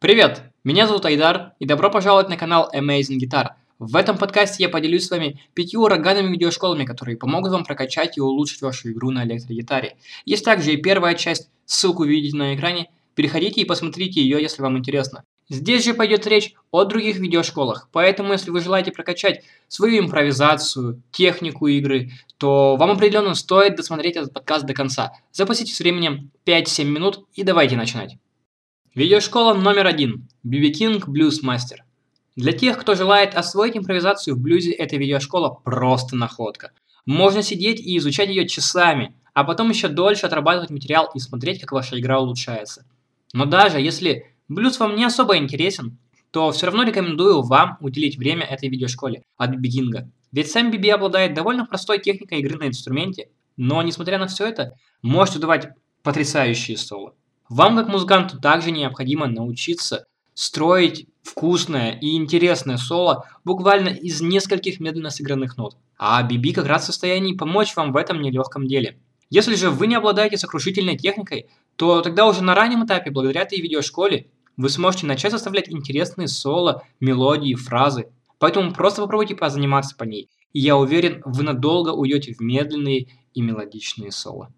Привет! Меня зовут Айдар, и добро пожаловать на канал Amazing Guitar. В этом подкасте я поделюсь с вами 5 ураганными видеошколами, которые помогут вам прокачать и улучшить вашу игру на электрогитаре. Есть также и первая часть, ссылку видите на экране. Переходите и посмотрите ее, если вам интересно. Здесь же пойдет речь о других видеошколах, поэтому если вы желаете прокачать свою импровизацию, технику игры, то вам определенно стоит досмотреть этот подкаст до конца. Запаситесь временем 5-7 минут и давайте начинать. Видеошкола номер 1. BB King Blues Master. Для тех, кто желает освоить импровизацию в блюзе, эта видеошкола просто находка. Можно сидеть и изучать ее часами, а потом еще дольше отрабатывать материал и смотреть, как ваша игра улучшается. Но даже если блюз вам не особо интересен, то все равно рекомендую вам уделить время этой видеошколе от BB King. Ведь сам BB обладает довольно простой техникой игры на инструменте, но несмотря на все это, может выдавать потрясающие соло. Вам, как музыканту, также необходимо научиться строить вкусное и интересное соло буквально из нескольких медленно сыгранных нот. А BB как раз в состоянии помочь вам в этом нелегком деле. Если же вы не обладаете сокрушительной техникой, то тогда уже на раннем этапе, благодаря этой видеошколе, вы сможете начать составлять интересные соло, мелодии, фразы. Поэтому просто попробуйте позаниматься по ней, и я уверен, вы надолго уйдете в медленные и мелодичные соло.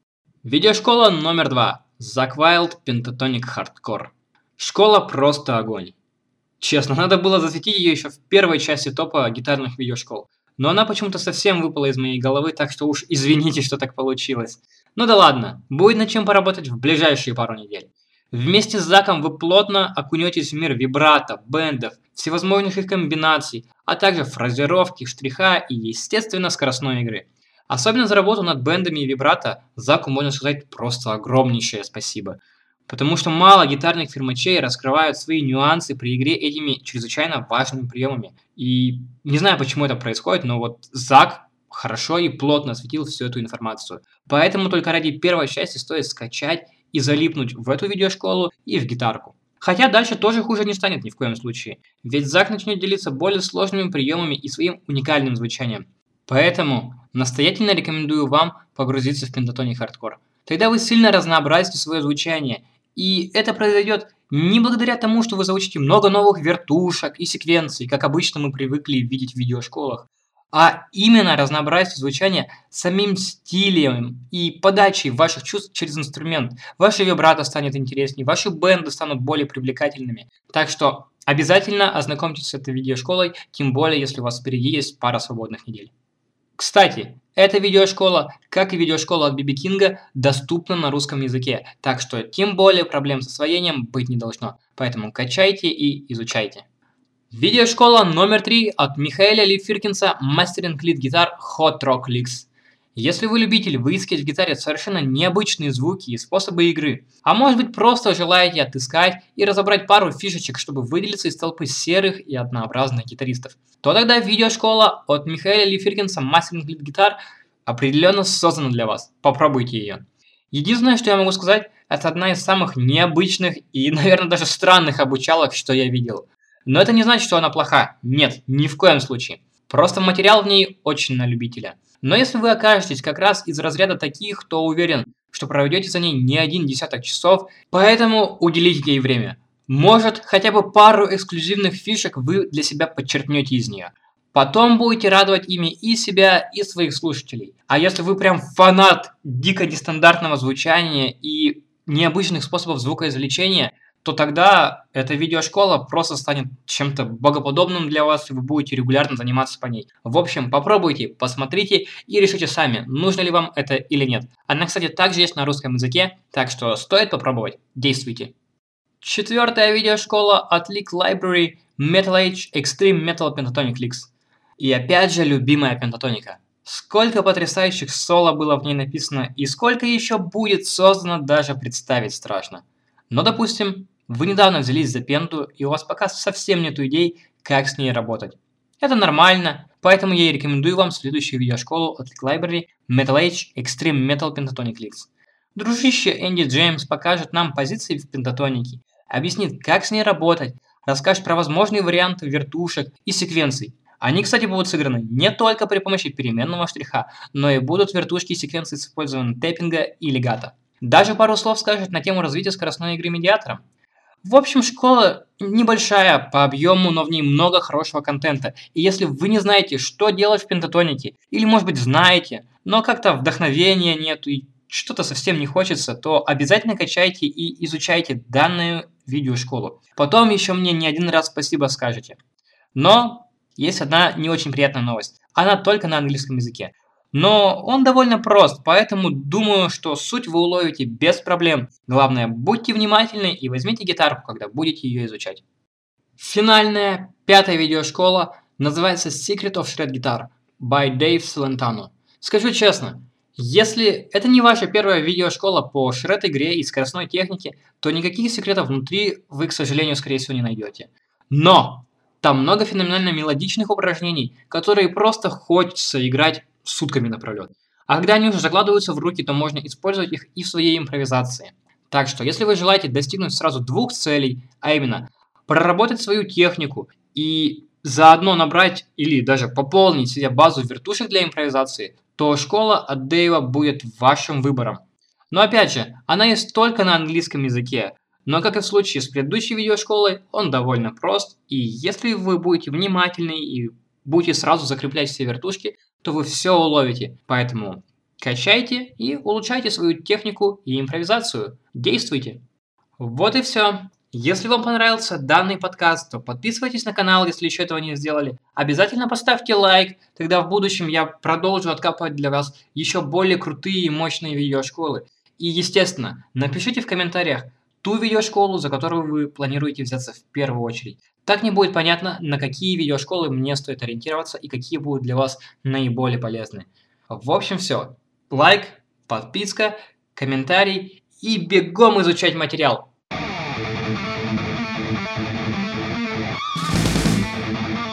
Видеошкола номер 2. Zakk Wylde Pentatonix Hardcore. Школа просто огонь. Честно, надо было засветить ее еще в первой части топа гитарных видеошкол. Но она почему-то совсем выпала из моей головы, так что уж извините, что так получилось. Ну да ладно, будет над чем поработать в ближайшие пару недель. Вместе с Заком вы плотно окунетесь в мир вибрато, бендов, всевозможных их комбинаций, а также фразировки, штриха и, естественно, скоростной игры. Особенно за работу над бендами и вибрато Заку можно сказать просто огромнейшее спасибо. Потому что мало гитарных фирмачей раскрывают свои нюансы при игре этими чрезвычайно важными приемами. И не знаю, почему это происходит, но вот Зак хорошо и плотно осветил всю эту информацию. Поэтому только ради первой части стоит скачать и залипнуть в эту видеошколу и в гитарку. Хотя дальше тоже хуже не станет ни в коем случае. Ведь Зак начнет делиться более сложными приемами и своим уникальным звучанием. Поэтому настоятельно рекомендую вам погрузиться в Pentatonix Hardcore. Тогда вы сильно разнообразите свое звучание, и это произойдет не благодаря тому, что вы заучите много новых вертушек и секвенций, как обычно мы привыкли видеть в видеошколах, а именно разнообразите звучание самим стилем и подачей ваших чувств через инструмент. Ваши вибрато станет интереснее, ваши бенды станут более привлекательными. Так что обязательно ознакомьтесь с этой видеошколой, тем более если у вас впереди есть пара свободных недель. Кстати, эта видеошкола, как и видеошкола от BB King, доступна на русском языке, так что тем более проблем с освоением быть не должно, поэтому качайте и изучайте. Видеошкола номер 3 от Михаэля Ли Фиркинса Mastering Lead Guitar Hot Rock Licks. Если вы любитель выискивать в гитаре совершенно необычные звуки и способы игры, а может быть просто желаете отыскать и разобрать пару фишечек, чтобы выделиться из толпы серых и однообразных гитаристов, то тогда видеошкола от Михаэля Ли Фиркинса Mastering Lead Guitar определенно создана для вас. Попробуйте ее. Единственное, что я могу сказать, это одна из самых необычных и, наверное, даже странных обучалок, что я видел. Но это не значит, что она плоха. Нет, ни в коем случае. Просто материал в ней очень на любителя. Но если вы окажетесь как раз из разряда таких, кто уверен, что проведете за ней не один десяток часов, поэтому уделите ей время. Может, хотя бы пару эксклюзивных фишек вы для себя подчеркнете из нее. Потом будете радовать ими и себя, и своих слушателей. А если вы прям фанат дико нестандартного звучания и необычных способов звукоизвлечения, то тогда эта видеошкола просто станет чем-то богоподобным для вас, и вы будете регулярно заниматься по ней. В общем, попробуйте, посмотрите и решите сами, нужно ли вам это или нет. Она, кстати, также есть на русском языке, так что стоит попробовать. Действуйте. Четвертая видеошкола от Lick Library Metal Age Extreme Metal Pentatonix Licks. И опять же любимая пентатоника. Сколько потрясающих соло было в ней написано, и сколько еще будет создано, даже представить страшно. Но, допустим, вы недавно взялись за пенту, и у вас пока совсем нету идей, как с ней работать. Это нормально, поэтому я и рекомендую вам следующую видеошколу от Lick Library Metal Age Extreme Metal Pentatonix Licks. Дружище Энди Джеймс покажет нам позиции в пентатонике, объяснит, как с ней работать, расскажет про возможные варианты вертушек и секвенций. Они, кстати, будут сыграны не только при помощи переменного штриха, но и будут вертушки и секвенции с использованием тэппинга и легато. Даже пару слов скажет на тему развития скоростной игры медиатором. В общем, школа небольшая по объему, но в ней много хорошего контента. И если вы не знаете, что делать в пентатонике, или, может быть, знаете, но как-то вдохновения нету и что-то совсем не хочется, то обязательно качайте и изучайте данную видеошколу. Потом еще мне не один раз спасибо скажете. Но есть одна не очень приятная новость. Она только на английском языке. Но он довольно прост, поэтому думаю, что суть вы уловите без проблем. Главное, будьте внимательны и возьмите гитарку, когда будете ее изучать. Финальная, пятая видеошкола называется Secret of Shred Guitar by Dave Celentano. Скажу честно, если это не ваша первая видеошкола по шред-игре и скоростной технике, то никаких секретов внутри вы, к сожалению, скорее всего, не найдете. Но там много феноменально мелодичных упражнений, которые просто хочется играть сутками напролет. А когда они уже закладываются в руки, то можно использовать их и в своей импровизации. Так что, если вы желаете достигнуть сразу двух целей, а именно проработать свою технику и заодно набрать или даже пополнить себе базу вертушек для импровизации, то школа от Дэйва будет вашим выбором. Но опять же, она есть только на английском языке, но как и в случае с предыдущей видеошколой, он довольно прост, и если вы будете внимательны и будете сразу закреплять все вертушки, то вы все уловите. Поэтому качайте и улучшайте свою технику и импровизацию. Действуйте! Вот и все. Если вам понравился данный подкаст, то подписывайтесь на канал, если еще этого не сделали. Обязательно поставьте лайк, тогда в будущем я продолжу откапывать для вас еще более крутые и мощные видеошколы. И, естественно, напишите в комментариях ту видеошколу, за которую вы планируете взяться в первую очередь. Так мне будет понятно, на какие видеошколы мне стоит ориентироваться и какие будут для вас наиболее полезны. В общем, все. Лайк, подписка, комментарий и бегом изучать материал.